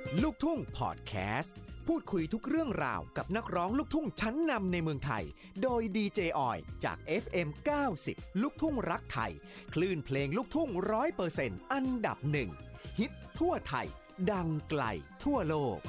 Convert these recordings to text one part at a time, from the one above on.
ลูกทุ่งพอดแคสต์พูดคุยทุกเรื่องราวกับนักร้องลูกทุ่งชั้นนำในเมืองไทยโดยดีเจออยจาก FM 90 ลูกทุ่งรักไทยคลื่นเพลงลูกทุ่ง 100% อันดับหนึ่งฮิตทั่วไทยดังไกลทั่วโลก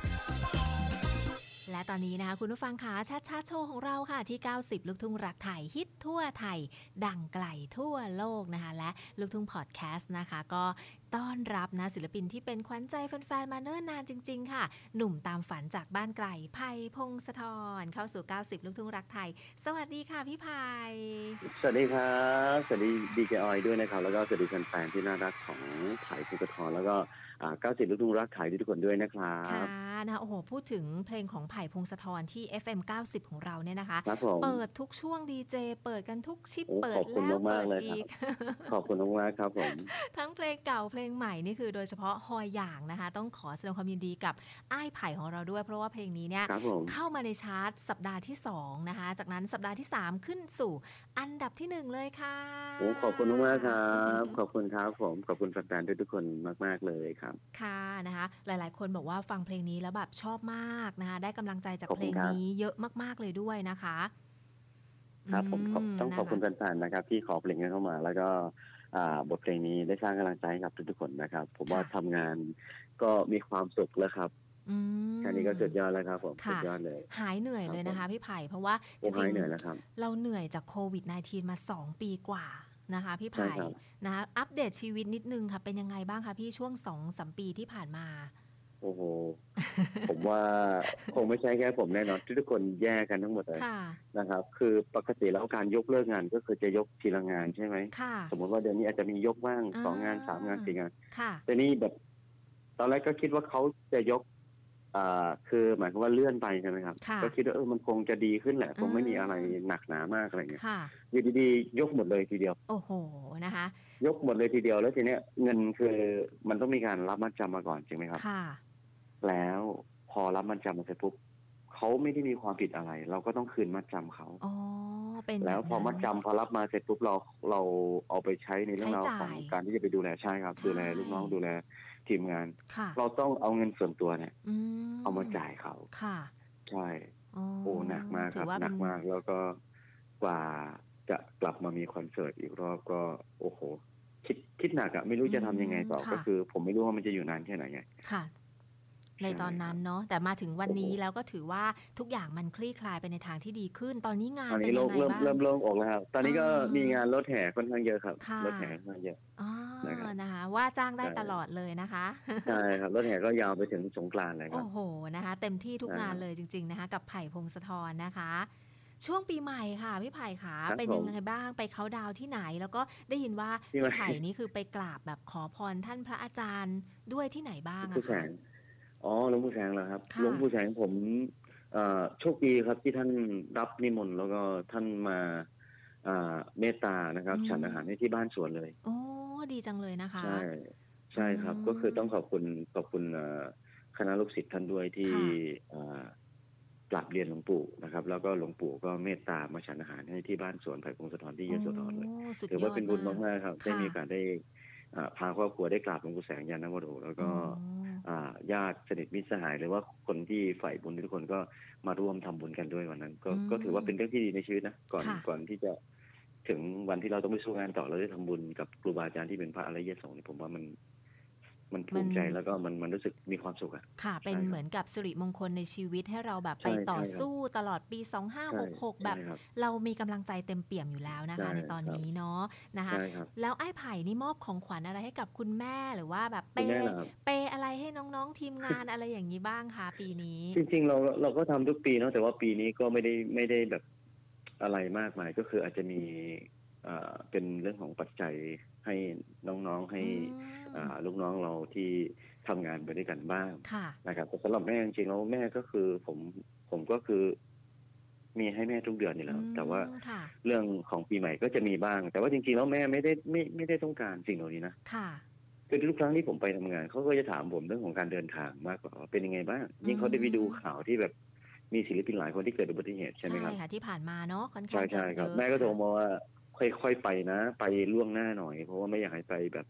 และตอนนี้นะคะคุณผู้ฟังคะชัดโชว์ของเราค่ะที่90ลูกทุ่งรักไทยฮิตทั่วไทยดังไกลทั่วโลกนะคะและลูกทุ่งพอดแคสต์นะคะก็ต้อนรับนะศิลปินที่เป็นขวัญใจแฟนๆมาเนิ่นนานจริงๆค่ะหนุ่มตามฝันจากบ้านไกลไผ่พงศธรเข้าสู่90ลูกทุ่งรักไทยสวัสดีค่ะพี่ไผ่สวัสดีครับสวัสดีดีเจออยด้วยนะครับแล้วก็สวัสดีแฟนๆที่น่ารักของไผ่พงศธรแล้วก็90ลูกทุ่งรักไทยทุกคนด้วยนะครับค่ะนะคะโอ้โหพูดถึงเพลงของไผ่พงศธรที่ FM 90ของเราเนี่ยนะคะเปิดทุกช่วงดีเจเปิดกันทุกชิปเปิดแล้วเปิดอีกขอบคุณมากครับผมทั้งเพลงเก่าเพลงใหม่นี่คือโดยเฉพาะฮอยหย่างนะคะต้องขอแสดงความยินดีกับอ้ายไผ่ของเราด้วยเพราะว่าเพลงนี้เนี่ยเข้ามาในชาร์ตสัปดาห์ที่2นะคะจากนั้นสัปดาห์ที่3ขึ้นสู่อันดับที่1เลยค่ะโอ้ขอบคุณมากครับขอบคุณครับผมขอบคุณแฟนๆทุกคนมากๆเลยครับค่ะนะคะหลายๆคนบอกว่าฟังเพลงนี้แล้วแบบชอบมากนะคะได้กำลังใจจากเพลงนี้เยอะมากๆเลยด้วยนะคะครับผมต้องขอบคุณแฟนๆนะครับที่ขอเพลงนี้เข้ามาแล้วก็บทเพลงนี้ได้สร้างกำลังใจให้กับทุกๆคนนะครับผมว่าทำงานก็มีความสุขแล้วครับแค่นี้ก็สุดยอดแล้วครับผมสุดยอดเลยหายเหนื่อยเลยนะคะพี่ไผ่เพราะว่าจริงๆเราเหนื่อยจากโควิด -19 มา2 ปีกว่านะคะพี่ไผ่นะคะอัปเดตชีวิตนิดนึงค่ะเป็นยังไงบ้างคะพี่ช่วง 2-3 ปีที่ผ่านมาโอ้โห ผมว่าคงไม่ใช่แค่ผมแน่นอนทุกคนแย่กันทั้งหมดเลยนะครับคือปกติแล้วการยกเลิกงานก็คือจะยกทีละงานใช่ไหมสมมติว่าเดือนนี้อาจจะมียกบ้าง2 งาน 3 งาน 4 งานแต่นี่แบบตอนแรกก็คิดว่าเขาจะยกคือหมายความว่าเลื่อนไปใช่ไหมครับก็คิดว่ามันคงจะดีขึ้นแหละคงไม่มีอะไรหนักหนามากอะไรเงี้ยอยู่ดีๆยกหมดเลยทีเดียวโอ้โหนะคะยกหมดเลยทีเดียวแล้วทีเนี้ยเงินคือมันต้องมีการรับมัดจำมาก่อนจริงไหมครับแล้วพอรับมัดจำมาเสร็จปุ๊บเขาไม่ได้มีความผิดอะไรเราก็ต้องคืนมัดจำเขาแล้วพอมัดจำพอรับมาเสร็จปุ๊บเราเอาไปใช้ในเรื่องราวของการที่จะไปดูแลใช่ครับดูแลลูกน้องดูแลทีมงานเราต้องเอาเงินส่วนตัวเนี่ยเอามาจ่ายเขาใช่โอ้หนักมากครับหนักมากแล้วก็กว่าจะกลับมามีคอนเสิร์ตอีกรอบก็โอ้โหคิดหนักอะไม่รู้จะทำยังไงต่อก็คือผมไม่รู้ว่ามันจะอยู่นานแค่ไหนไงค่ะในตอนนั้นเนาะแต่มาถึงวันนี้แล้วก็ถือว่าทุกอย่างมันคลี่คลายไปในทางที่ดีขึ้นตอนนี้งานเป็นยังไงบ้างเริ่มโล่งอกแล้วครับตอนนี้ก็มีงานรถแห่ค่อนข้างเยอะครับรถแห่ค่อนข้างเยอะนะคะว่าจ้างได้ตลอดเลยนะคะใช่ครับรถแห่ก็ยาวไปถึงสงกรานต์เลยครับโอ้โหนะคะเต็มที่ทุกงานเลยจริงๆนะคะกับไผ่พงศธรนะคะช่วงปีใหม่ค่ะพี่ไผ่ขาเป็นยังไงบ้างไปเค้าดาวที่ไหนแล้วก็ได้ยินว่าพี่ไผ่นี่คือไปกราบแบบขอพรท่านพระอาจารย์ด้วยที่ไหนบ้างอะคะหลวงปู่แสงเหรอครับหลวงปู่แสงผมโชคดีครับที่ท่านรับนิมนต์แล้วก็ท่านมาเมตตานะครับฉันอาหารให้ที่บ้านสวนเลยโอ้ดีจังเลยนะคะใช่ครับก็คือต้องขอบคุณคณะลูกศิษย์ท่านด้วยที่กราบเรียนหลวงปู่นะครับแล้วก็หลวงปู่ก็เมตตามาฉันอาหารให้ที่บ้านสวนไผ่พงศธรที่ยโสธรเลยถือว่าเป็นบุญมากๆครับได้มีโอกาสได้พาครอบครัวได้กราบหลวงปู่แสงยานวโรแล้วก็ญาติสนิทมิตรสหายหรือว่าคนที่ใฝ่บุญทุกคนก็มาร่วมทำบุญกันด้วยวันนั้นก็ถือว่าเป็นเรื่องที่ดีในชีวิตนะก่อนที่จะถึงวันที่เราต้องไปสู้งานต่อเราได้ทำบุญกับครูบาอาจารย์ที่เป็นพระอริยสงฆ์นี่ผมว่ามันภูมิใจแล้วก็มันรู้สึกมีความสุขค่ะเป็นเหมือนกับสิริมงคลในชีวิตให้เราแบบไปต่อสู้ตลอดปี2566แบบเรามีกำลังใจเต็มเปี่ยมอยู่แล้วนะคะในตอนนี้เนาะนะคะแล้วไอ้ไผ่นี่มอบของขวัญอะไรให้กับคุณแม่หรือว่าแบบเปอะไรให้น้องๆทีมงานอะไรอย่างนี้บ้างคะปีนี้จริงๆเราก็ทำทุกปีเนาะแต่ว่าปีนี้ก็ไม่ได้แบบอะไรมากมายก็คืออาจจะมีเป็นเรื่องของปัจจัยให้น้องๆให้ลูกน้องเราที่ทำงานไปด้วยกันบ้างนะครับแต่สำหรับแม่จริงๆแล้วแม่ก็คือผมก็คือมีให้แม่ทุกเดือนอยู่แล้วแต่ว่าเรื่องของปีใหม่ก็จะมีบ้างแต่ว่าจริงๆแล้วแม่ไม่ได้ต้องการสิ่งเหล่านี้นะคือทุกครั้งที่ผมไปทำงานเขาก็จะถามผมเรื่องของการเดินทางมากกว่าเป็นยังไงบ้างยิ่งเขาได้ไปดูข่าวที่แบบมีศิลปินหลายคนที่เกิดอุบัติเหตุใช่ไหมครับใช่ค่ะที่ผ่านมาเนาะค่อนข้างจะเยอะแม่ก็โทรมาว่าค่อยๆไปนะไปล่วงหน้าหน่อยเพราะว่าไม่อยากให้ไปแบบไป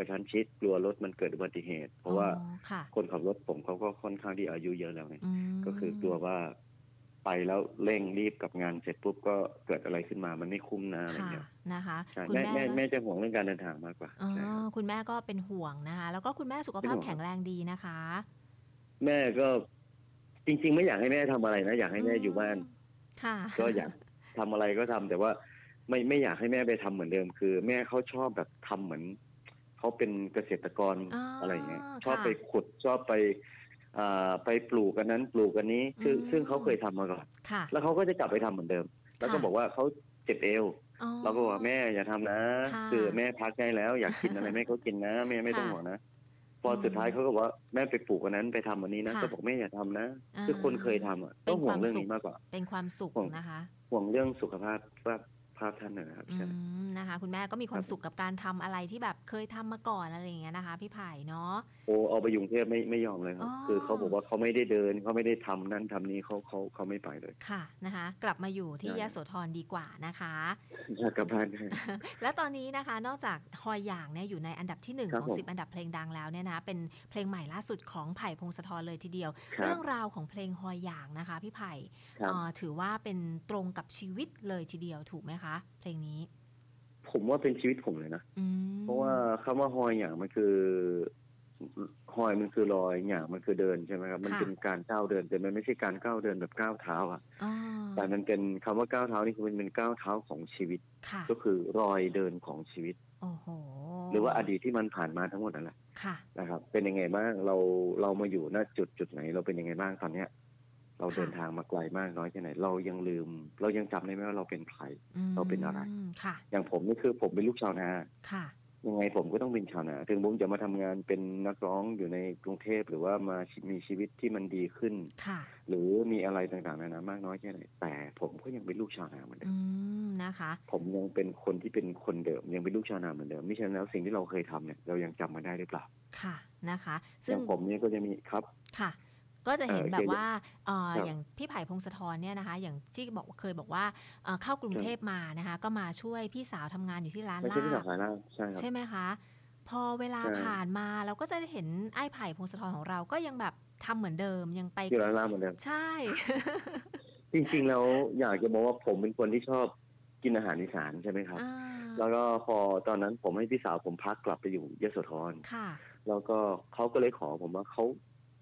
ระชั้นชิดกลัวรถมันเกิดอุบัติเหตุเพราะว่าคนขับรถผมเขาก็ค่อนข้างที่อายุเยอะแล้วไงก็คือกลัวว่าไปแล้วเร่งรีบกับงานเสร็จปุ๊บก็เกิดอะไรขึ้นมามันไม่คุ้มนะอะไรเงี้ยนะคะคุณแม่จะห่วงเรื่องการเดินทางมากกว่าคุณแม่ก็เป็นห่วงนะคะแล้วก็คุณแม่สุขภาพแข็งแรงดีนะคะแม่ก็จริงๆไม่อยากให้แม่ทำอะไรนะอยากให้แม่อยู่บ้านก็อยากทำอะไรก็ทำแต่ว่าไม่อยากให้แม่ไปทำเหมือนเดิมคือแม่เขาชอบแบบทำเหมือนเขาเป็นเกษตรกรอะไรเงี้ยชอบไปขุดชอบไปปลูกกันนั้นปลูกกันนี้ซึ่งเขาเคยทำมาก่อนแล้วเขาก็จะกลับไปทำเหมือนเดิมแล้วก็บอกว่าเขาเจ็บเอวเราก็บอกแม่อย่าทำนะคือแม่พักได้แล้วอยากกินอะไรแม่เขากินนะแม่ไม่ต้องห่วงนะพอสุดท้ายเขาก็บอกว่าแม่ไปปลูกกันนั้นไปทำวันนี้นะก็บอกแม่อย่าทำนะคือคนเคยทำอ่ะต้องห่วงเรื่องนี้มากกว่าเป็นความสุขนะคะห่วงเรื่องสุขภาพท่านนะครับนะคะคุณแม่ก็มีความสุขกับการทำอะไรที่แบบเคยทำมาก่อนอะไรอย่างเงี้ยนะคะพี่ไผ่เนาะโอ้เอาไปยุงเทพไม่ยอมเลยครับคือเขาบอกว่าเขาไม่ได้เดินเขาไม่ได้ทำนั่นทำนี้เขาไม่ไปเลยค่ะนะคะกลับมาอยู่ที่ยโสธรดีกว่านะคะกลับบ้านและตอนนี้นะคะนอกจากฮอยหย่างเนี่ยอยู่ในอันดับที่1ของ10อันดับเพลงดังแล้วเนี่ยนะเป็นเพลงใหม่ล่าสุดของไผ่พงศธรเลยทีเดียวเรื่องราวของเพลงฮอยหย่างนะคะพี่ไผ่ถือว่าเป็นตรงกับชีวิตเลยทีเดียวถูกไหมคะเพลงนี้ผมว่าเป็นชีวิตผมเลยนะเพราะว่าคำว่าฮอยอย่างมันคือฮอยมันคือลอยอย่างมันคือเดินใช่ไหมครับมันเป็นการก้าวเดินแต่มันไม่ใช่การก้าวเดินแบบก้าวเท้าอ่ะแต่มันเป็นคำว่าก้าวเท้านี่คือมันเป็นก้าวเท้าของชีวิตก็คือรอยเดินของชีวิตหรือว่าอดีตที่มันผ่านมาทั้งหมดนั่นแหละนะครับเป็นยังไงบ้างเรามาอยู่ณจุดไหนเราเป็นยังไงบ้างตอนเนี้ยเราเดินทางมาไกลมากน้อยแค่ไหนเรายังลืมเรายังจำได้ไหมว่าเราเป็นใครเราเป็นอะไรอย่างผมนี่คือผมเป็นลูกชาวนายังไงผมก็ต้องเป็นชาวนาถึงผมจะมาทำงานเป็นนักร้องอยู่ในกรุงเทพหรือว่ามามีชีวิตที่มันดีขึ้นหรือมีอะไรต่างๆนานามากน้อยแค่ไหนแต่ผมก็ยังเป็นลูกชาวนาเหมือนเดิมนะคะผมยังเป็นคนที่เป็นคนเดิมยังเป็นลูกชาวนาเหมือนเดิมไม่ใช่แล้วสิ่งที่เราเคยทำเนี่ยเรายังจำมันได้หรือเปล่าค่ะนะคะซึ่งผมเนี่ยก็จะมีครับค่ะก็จะเห็นแบบว่าอย่างพี่ไผ่พงศธรเนี่ยนะคะอย่างที่เคยบอกว่าเข้ากรุงเทพมานะคะก็มาช่วยพี่สาวทำงานอยู่ที่ร้านลาบใช่ไหมคะพอเวลาผ่านมาเราก็จะได้เห็นไอ้ไผ่พงศธรของเราก็ยังแบบทำเหมือนเดิมยังไปที่ร้านลาบเหมือนเดิมใช่จริงๆแล้วอยากจะบอกว่าผมเป็นคนที่ชอบกินอาหารอีสานใช่ไหมครับแล้วก็พอตอนนั้นผมให้พี่สาวผมพักกลับไปอยู่ยโสธรแล้วก็เขาก็เลยขอผมว่าเขา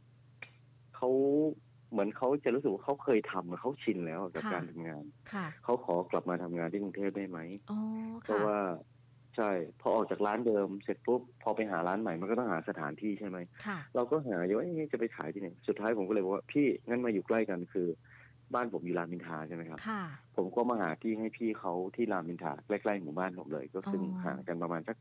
เหมือนเขาจะรู้สึกว่าเขาเคยทำเขาชินแล้วกับการทำงานเขาขอกลับมาทำงานที่กรุงเทพได้ไหมเพราะว่าใช่พอออกจากร้านเดิมเสร็จปุ๊บพอไปหาร้านใหม่มันก็ต้องหาสถานที่ใช่ไหมเราก็หาอยู่ว่าจะไปขายที่ไหนสุดท้ายผมก็เลยบอกว่าพี่งั้นมาอยู่ใกล้กันคือบ้านผมอยู่รามอินทราใช่ไหมครับผมก็มาหาที่ให้พี่เขาที่รามอินทราใกล้ๆหมู่บ้านผมเลยก็ซึ่งห่างกันประมาณสัก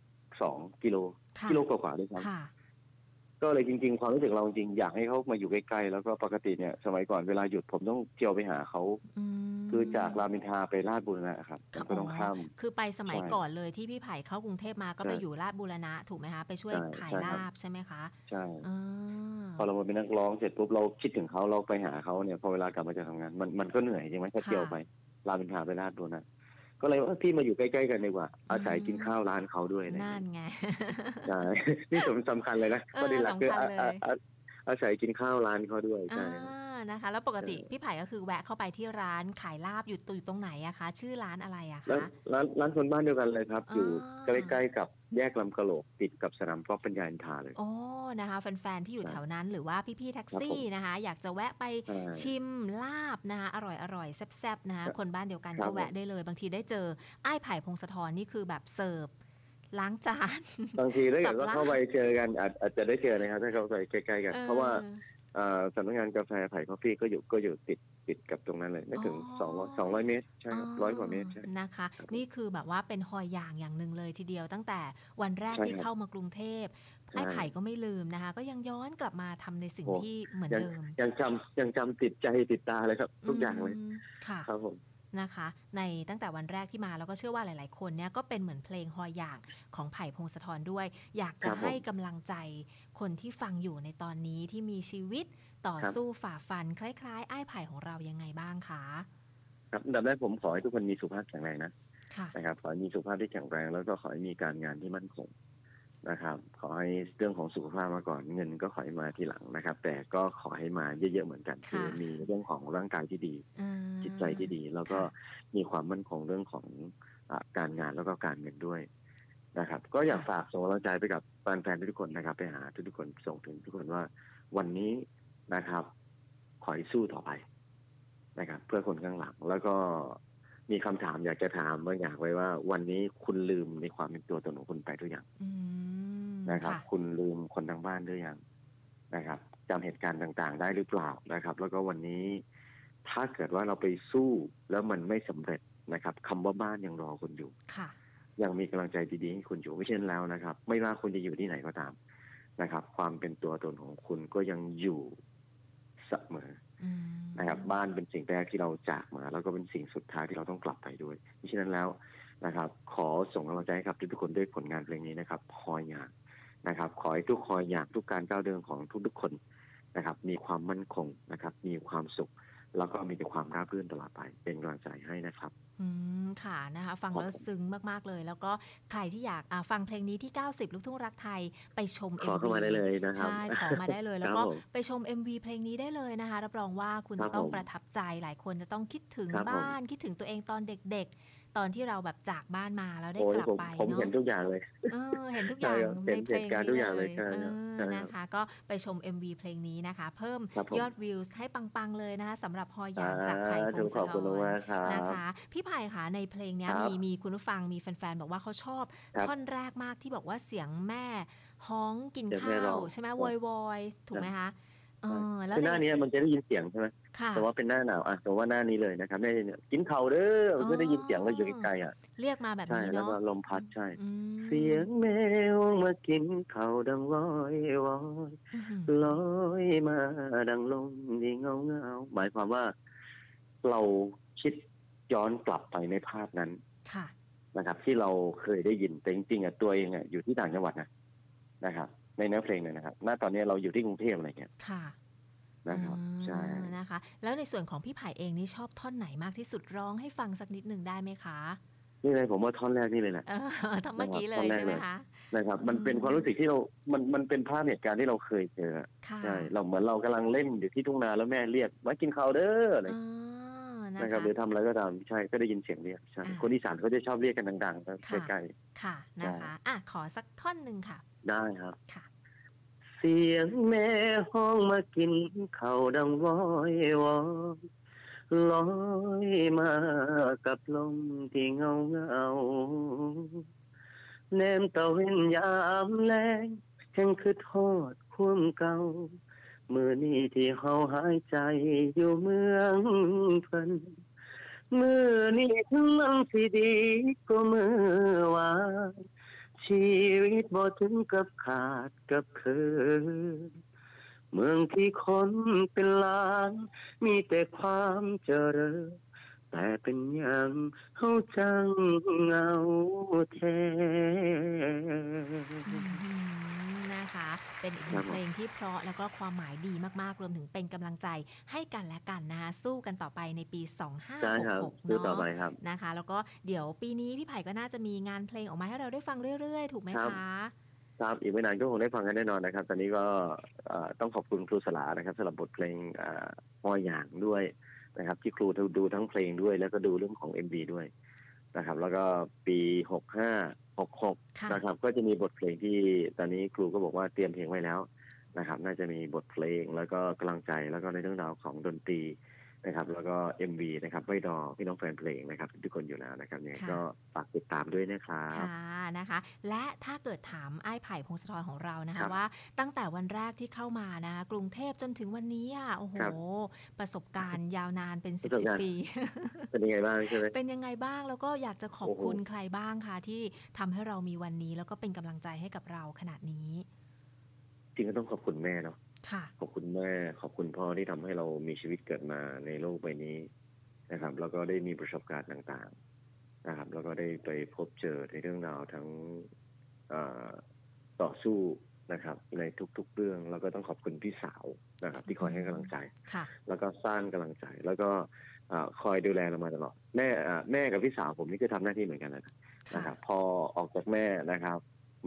2 กิโลกว่าๆด้วยครับก็เลยจริงๆความรู้สึกเราจริงอยากให้เขามาอยู่ใกล้ๆแล้วก็ปกติเนี่ยสมัยก่อนเวลาหยุดผมต้องเที่ยวไปหาเขาคือจากรามอินทราไปลาดบูรณะครับก็ต้องข้ามคือไปสมัยก่อนเลยที่พี่ไผ่เข้ากรุงเทพมาก็ไปอยู่ลาดบูรณะถูกไหมคะไปช่วยขายลาบใช่ไหมคะใช่พอเรามาเป็นนักร้องเสร็จปุ๊บเราคิดถึงเขาเราไปหาเขาเนี่ยพอเวลากลับมาจะทำงานมันก็เหนื่อยใช่ไหมถ้าเที่ยวไปรามอินทราไปลาดบูรณะก็เลยว่าพี่มาอยู่ใกล้ๆกันดีกว่าอาศัยกินข้าวร้านเขาด้วยนั่นไงใช่นี่สำคัญเลยนะประเด็นหลักคืออาศัยกินข้าวร้านเขาด้วยใช่นะคะแล้วปกติพี่ไผ่ก็คือแวะเข้าไปที่ร้านขายลาบอยู่ตรงไหนอะคะชื่อร้านอะไรอะคะร้านคนบ้านเดียวกันเลยครับอยู่ใกล้ๆกับแยกลำกะโหลกติดกับสนามกอล์ฟปัญญาอินทราเลยโอ้นะคะแฟนๆที่อยู่แถวนั้นหรือว่าพี่ๆแท็กซี่นะคะอยากจะแวะไปชิมลาบนะคะอร่อยๆแซ่บๆนะคะคนบ้านเดียวกันก็แวะได้เลยบางทีได้เจอไอ้ไผ่พงศธรนี่คือแบบเสิร์ฟล้างจานบางทีถ้าเกิดว่าเข้าไปเจอกันอาจจะได้เจอนะครับถ้าเข้าไปใกล้ๆกันเพราะว่าสำนักงานกาแฟไผ่คอฟฟี่ก็อยู่ติดกับตรงนั้นเลยไม่ถึง200 เมตรใช่ครับ100 กว่าเมตรใช่นะคะนี่คือแบบว่าเป็นฮอยอย่างหนึ่งเลยทีเดียวตั้งแต่วันแรกที่เข้ามากรุงเทพไอ้ไผ่ก็ไม่ลืมนะคะก็ยังย้อนกลับมาทำในสิ่งที่เหมือนเดิมยังจำติดใจติดตาเลยครับทุกอย่างเลยค่ะครับผมนะคะในตั้งแต่วันแรกที่มาแล้วก็เชื่อว่าหลายๆคนเนี่ยก็เป็นเหมือนเพลงฮอยอย่างของไผ่พงศธรด้วยอยากจะให้กำลังใจคนที่ฟังอยู่ในตอนนี้ที่มีชีวิตต่อสู้ฝ่าฟันคล้ายๆไอ้ไผ่ของเรายังไงบ้างคะครับอันดับแรกผมขอให้ทุกคนมีสุขภาพแข็งแรงนะครับขอให้มีสุขภาพที่แข็งแรงแล้วก็ขอให้มีการงานที่มั่นคงนะครับขอให้เรื่องของสุขภาพมาก่อนเงินก็ขอให้มาทีหลังนะครับแต่ก็ขอให้มาเยอะๆเหมือนกันคือมีเรื่องของร่างกายที่ดีจิตใจที่ดีแล้วก็มีความมั่นคงเรื่องของการงานแล้วก็การเงินด้วยนะครับก็อยากฝากส่งกำลังใจไปกับแฟนๆทุกคนนะครับไปหาทุกคนส่งถึงทุกคนว่าวันนี้นะครับขอให้สู้ต่อไปนะครับเพื่อคนข้างหลังแล้วก็มีคำถามอยากจะถามบางอย่างไว้ว่าวันนี้คุณลืมในความเป็นตัวตนของคุณไปหรือยังนะครับคุณลืมคนทางบ้านหรือยังนะครับจำเหตุการณ์ต่างๆได้หรือเปล่านะครับแล้วก็วันนี้ถ้าเกิดว่าเราไปสู้แล้วมันไม่สำเร็จนะครับคำว่าบ้านยังรอคุณอยู่ยังมีกำลังใจดีๆให้คุณอยู่ไม่เช่นแล้วนะครับไม่ว่าคุณจะอยู่ที่ไหนก็ตามนะครับความเป็นตัวตนของคุณก็ยังอยู่เสมอนะครับบ้านเป็นสิ่งแรกที่เราจากมาแล้วก็เป็นสิ่งสุดท้ายที่เราต้องกลับไปด้วยเพราะฉะนั้นแล้วนะครับขอส่งกำลังใจให้กับทุกๆคนด้วยผลงานเพลงนี้นะครับคอยอยากนะครับขอให้ทุกคอยอยากทุกการก้าวเดินของทุกๆคนนะครับมีความมั่นคงนะครับมีความสุขแล้วก็มีแต่ความราบรื่นตลอดไปเป็นกำลังใจให้นะครับค่ะนะคะฟังแล้วซึ้งมากๆเลยแล้วก็ใครที่อยากฟังเพลงนี้ที่90ลูกทุ่งรักไทยไปชม MV ขอเข้ามาได้เลยนะครับใช่ขอมาได้เลยแล้วก็ไปชม MV เพลงนี้ได้เลยนะคะรับรองว่าคุณจะต้องประทับใจหลายคนจะต้องคิดถึงบ้านคิดถึงตัวเองตอนเด็กๆตอนที่เราแบบจากบ้านมาแล้วได้กลับไปเนาะผมเห็นทุกอย่างเลยเห็นทุกอย่างในเพลงนี้เลยนะคะก็ไปชม MV เพลงนี้นะคะเพิ่มยอดวิวให้ปังๆเลยนะคะสำหรับพออย่างจากไผ่พงศธรนะคะพี่ไผ่ค่ะในเพลงนี้มีคุณผู้ฟังมีแฟนๆบอกว่าเขาชอบท่อนแรกมากที่บอกว่าเสียงแม่ฮ้องกินข้าวใช่ไหมวอยถูกไหมคะแล้วหน้านี้มันจะได้ยินเสียงใช่ไหมแต่ว่าเป็นหน้าหนาวแต่ว่าหน้านี้เลยนะครับได้กินเข่าเด้อก็ได้ยินเสียงเราอยู่ไกลเรียกมาแบบนี้เนาะแล้วก็ลมพัดใช่เสียงแมวมากินเข่าดังวอยวอยลอยมาดังลมที่เงาหมายความว่าเราคิดย้อนกลับไปในภาพนั้นนะครับที่เราเคยได้ยินแต่จริงๆตัวเองอยู่ที่ต่างจังหวัดนะครับในเนื้อเพลงเนี่ยนะครับณตอนนี้เราอยู่ที่กรุงเทพอะไรเงี้ยนะครับใช่นะคะแล้วในส่วนของพี่ไผ่เองนี่ชอบท่อนไหนมากที่สุดร้องให้ฟังสักนิดหนึ่งได้ไหมคะนี่เลยผมว่าท่อนแรกนี่เลยแหละท่อนเมื่อกี้เลยใช่ไหมคะนะครับมันเป็นความรู้สึกที่เรามันเป็นภาพเหตุการณ์ที่เราเคยเจอใช่เราเหมือนเรากำลังเล่นอยู่ที่ทุ่งนาแล้วแม่เรียกมากินข้าวเด้ออะไรนะครับหรือทำอะไรก็ตามใช่ก็ได้ยินเสียงเรียกใช่คนอีสานเขาจะชอบเรียกกันดังๆใกล้ๆค่ะนะคะขอสักท่อนหนึ่งค่ะได้ครับค่ะเสียงแม่ห้องมากินข้าวดังวอยวอยลอยมากับลมที่เงาแนมตะเวนยามแลงแห่งคือทอดความเก่ามือนี้ที่เฮาหายใจอยู่เมืองเพิ่นมือนี้ถึงมันสิดีก็มือวานชีวิตบ่ถึงกับขาดกับเคินเมืองที่คนเป็นล้านมีแต่ความเจริญแต่เป็นอย่างเฮาจังเงาแท้นะคะเป็นอีกหนึ่งเพลงที่เพราะแล้วก็ความหมายดีมากๆรวมถึงเป็นกำลังใจให้กันและกันนะคะสู้กันต่อไปในปี2566เนาะนะคะแล้วก็เดี๋ยวปีนี้พี่ไผ่ก็น่าจะมีงานเพลงออกมาให้เราได้ฟังเรื่อยๆถูกไหมคะครับอีกไม่นานก็คงได้ฟังกันแน่นอนนะครับตอนนี้ก็ต้องขอบคุณครูสลานะครับสำหรับบทเพลงพออย่างด้วยนะครับที่ครูดูทั้งเพลงด้วยแล้วก็ดูเรื่องของ MV ด้วยนะครับแล้วก็ปี6566นะครับก็จะมีบทเพลงที่ตอนนี้ครูก็บอกว่าเตรียมเพลงไว้แล้วนะครับน่าจะมีบทเพลงแล้วก็กำลังใจแล้วก็ในเรื่องราวของดนตรีนะครับแล้วก็ MV นะครับไว้รอพี่น้องแฟนเพลงนะครับทุกคนอยู่แล้วนะครับเนี่ยก็ฝากติดตามด้วยนะครับค่ะนะคะและถ้าเกิดถามอ้ายไผ่พงศธรของเรานะคะว่าตั้งแต่วันแรกที่เข้ามานะคะกรุงเทพจนถึงวันนี้โอ้โหประสบการณ์ยาวนานเป็น10 ปีเป็นยังไงบ้างใช่ไหมเป็นยังไงบ้างแล้วก็อยากจะขอบคุณใครบ้างคะที่ทำให้เรามีวันนี้แล้วก็เป็นกำลังใจให้กับเราขนาดนี้จริงก็ต้องขอบคุณแม่เนาะขอบคุณแม่ขอบคุณพ่อที่ทำให้เรามีชีวิตเกิดมาในโลกใบนี้นะครับแล้วก็ได้มีประสบการณ์ต่างๆนะครับแล้วก็ได้ไปพบเจอในเรื่องราวทั้งต่อสู้นะครับในทุกๆเรื่องแล้วก็ต้องขอบคุณพี่สาวนะครับที่คอยให้กำลังใจแล้วก็สร้างกำลังใจแล้วก็คอยดูแลเรามาตลอดแม่กับพี่สาวผมนี่ก็ทำหน้าที่เหมือนกันนะครับพอออกจากแม่นะครับ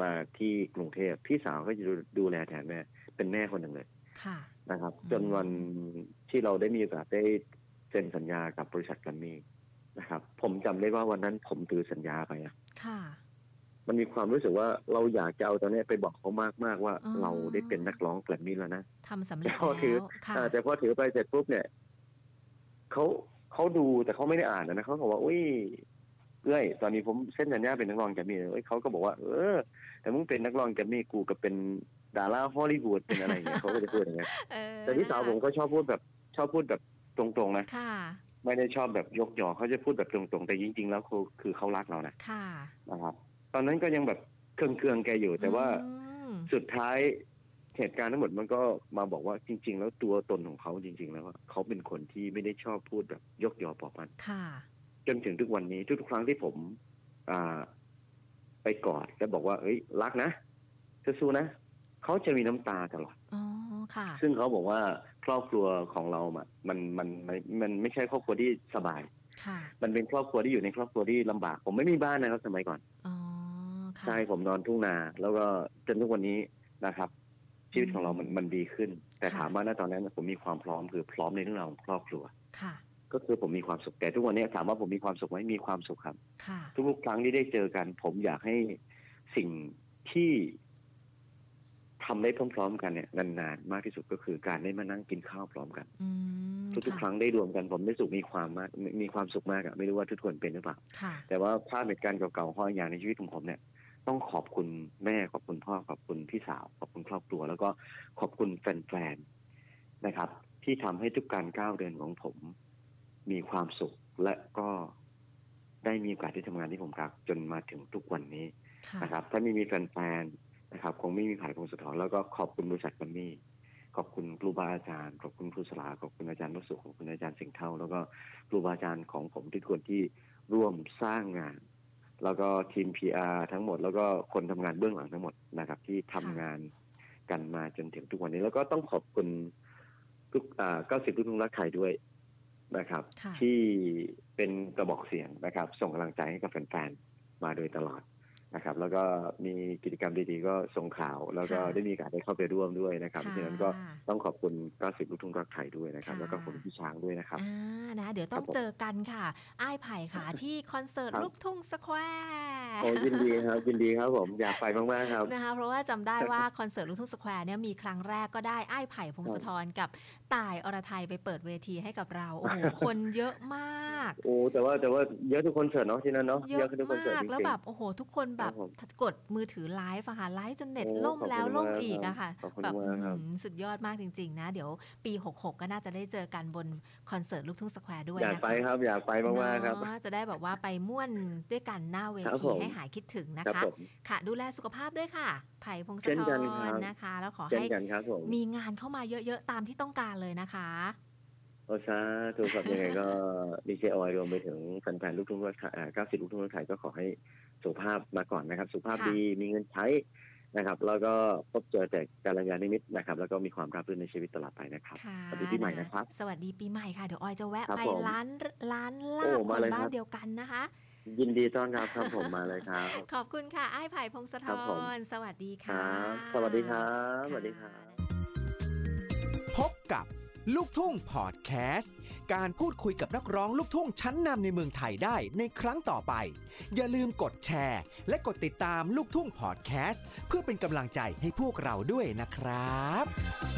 มาที่กรุงเทพพี่สาวก็จะดูแลแทนแม่เป็นแม่คนหนึ่งเลยนะครับจนวันที่เราได้มีโอกาสได้เซ็นสัญญากับบริษัทแกรมมี่นะครับผมจำได้ว่าวันนั้นผมถือสัญญาไปมันมีความรู้สึกว่าเราอยากจะเอาตอนนี้ไปบอกเขามากๆว่าเราได้เป็นนักร้องแกรมมี่แล้วนะทำสำเร็จแล้วแต่พอถือไปเสร็จปุ๊บเนี่ยเขาดูแต่เขาไม่ได้อ่านนะเขาบอกว่าอุ้ยตอนนี้ผมเซ็นสัญญาเป็นนักร้องแกรมมี่เลยเขาก็บอกว่าแต่มึงเป็นนักร้องแกรมมี่กูก็เป็นดาราฮอลลีวูดเป็นอะไรอย่างเงี้ยเขาก็จะพูดอย่างเงี้ยแต่พี่สาวผมก็ชอบพูดแบบตรงๆนะไม่ได้ชอบแบบยกยอเขาจะพูดแบบตรงๆแต่จริงๆแล้วคือเขารักเรานะครับตอนนั้นก็ยังแบบเครื่องแกอยู่แต่ว่าสุดท้ายเหตุการณ์ทั้งหมดมันก็มาบอกว่าจริงๆแล้วตัวตนของเขาจริงๆแล้วเขาเป็นคนที่ไม่ได้ชอบพูดแบบยกยอปอพันจนถึงทุกวันนี้ทุกครั้งที่ผมไปกอดแล้วบอกว่ารักนะสู้ๆนะเขาจะมีน้ำตาตลอดซึ่งเขาบอกว่าครอบครัวของเรามันไม่ใช่ครอบครัวที่สบายมันเป็นครอบครัวที่อยู่ในครอบครัวที่ลำบากผมไม่มีบ้านนะครับสมัยก่อนใช่ผมนอนทุ่งนาแล้วก็จนทุกวันนี้นะครับชีวิตของเรามันดีขึ้นแต่ถามว่าณตอนนั้นผมมีความพร้อมคือพร้อมในเรื่องราวของครอบครัวก็คือผมมีความสุขแต่ทุกวันนี้ถามว่าผมมีความสุขไหมมีความสุขครับทุกครั้งที่ได้เจอกันผมอยากให้สิ่งที่ทำได้พร้อมๆกันเนี่ยนานๆมากที่สุดก็คือการได้มานั่งกินข้าวพร้อมกันทุกครั้งได้รวมกันผมได้สุขมีความสุขมากไม่รู้ว่าทุกคนเป็นหรือเปล่าแต่ว่าภาพเหตุการณ์เก่าๆห้อยอย่างในชีวิตของผมเนี่ยต้องขอบคุณแม่ขอบคุณพ่อขอบคุณพี่สาวขอบคุณครอบครัวแล้วก็ขอบคุณแฟนๆนะครับที่ทำให้ทุกการก้าวเดินของผมมีความสุขและก็ได้มีโอกาสที่ทำงานที่ผมรักจนมาถึงทุกวันนี้นะครับถ้าไม่มีแฟนๆนะครับคงไม่มีไผ่พงศธรแล้วก็ขอบคุณบริษัทแกรมมี่ขอบคุณครูบาอาจารย์ขอบคุณครูสลาขอบคุณอาจารย์วสุขอบคุณอาจารย์สิงห์เท่าแล้วก็ครูบาอาจารย์ของผมทุกคนที่ร่วมสร้างงานแล้วก็ทีม PR ทั้งหมดแล้วก็คนทำงานเบื้องหลังทั้งหมดนะครับที่ทำงานกันมาจนถึงทุกวันนี้แล้วก็ต้องขอบคุณทุก90ลูกทุ่งรักไทยด้วยนะครับที่เป็นกระบอกเสียงนะครับส่งกำลังใจให้กับแฟนๆมาโดยตลอดนะครับแล้วก็มีกิจกรรมดีๆก็ส่งข่าวแล้วก็ได้มีโอกาสได้เข้าไปร่วมด้วยนะครับดังนั้นก็ต้องขอบคุณ90ลูกทุ่งรักไทยด้วยนะครับแล้วก็คุณพี่ช้างด้วยนะครับนะเดี๋ยวต้องเจอกันค่ะอ้ายไผ่ค่ะที่คอนเสิร์ตลูกทุ่งสแควร์ยินดีครับผมอยากไปมากๆครับนะคะเพราะว่าจำได้ว่าคอนเสิร์ตลูกทุ่งสแควร์เนี่ยมีครั้งแรกก็ได้อ้ายไผ่พงศธรกับต่ายอรไทยไปเปิดเวทีให้กับเราโอ้โหคนเยอะมากแต่ว่าเยอะทุกคนเสิร์ตเนาะที่นั่นเนาะเยอะทุกคนเสิร์ตจริงๆแล้วแบบโอ้โหทุกคนแบบกดมือถือไลฟ์ไลฟ์จนเน็ตล่มแล้วล่มอีกอะค่ะแบบสุดยอดมากจริงๆนะเดี๋ยวปี66ก็น่าจะได้เจอกันบนคอนเสิร์ตลูกทุ่งสแควร์ด้วยนะคะอยากไปครับอยากไปมากๆครับจะได้แบบว่าไปม่วนด้วยกันหน้าเวทีให้หายคิดถึงนะคะค่ะดูแลสุขภาพด้วยค่ะไผ่พงศธรนะคะแล้วขอให้มีงานเข้ามาเยอะๆตามที่ต้องการเลยนะคะซาถูกครับยังไงก็ดีเจออยรวมไปถึงแฟนๆลูกทุ่งรักไทย90ลูกทุ่งรักไทยก็ขอให้สุขภาพมาก่อนนะครับสุขภาพดีมีเงินใช้นะครับแล้วก็พบเจอแต่กัลยาณมิตรนะครับแล้วก็มีความราบรื่นในชีวิตตลอดไปนะครับสวัสดีปีใหม่นะครับสวัสดีปีใหม่ค่ะเดี๋ยวออยจะแวะไปร้านลาบคนบ้านเดียวกันนะคะยินดีต้อนรับครับผมมาเลยครับขอบคุณค่ะอ้ายไผ่พงศธรสวัสดีค่ะสวัสดีครับสวัสดีครับพบกับลูกทุ่งพอดแคสต์การพูดคุยกับนักร้องลูกทุ่งชั้นนำในเมืองไทยได้ในครั้งต่อไปอย่าลืมกดแชร์และกดติดตามลูกทุ่งพอดแคสต์เพื่อเป็นกำลังใจให้พวกเราด้วยนะครับ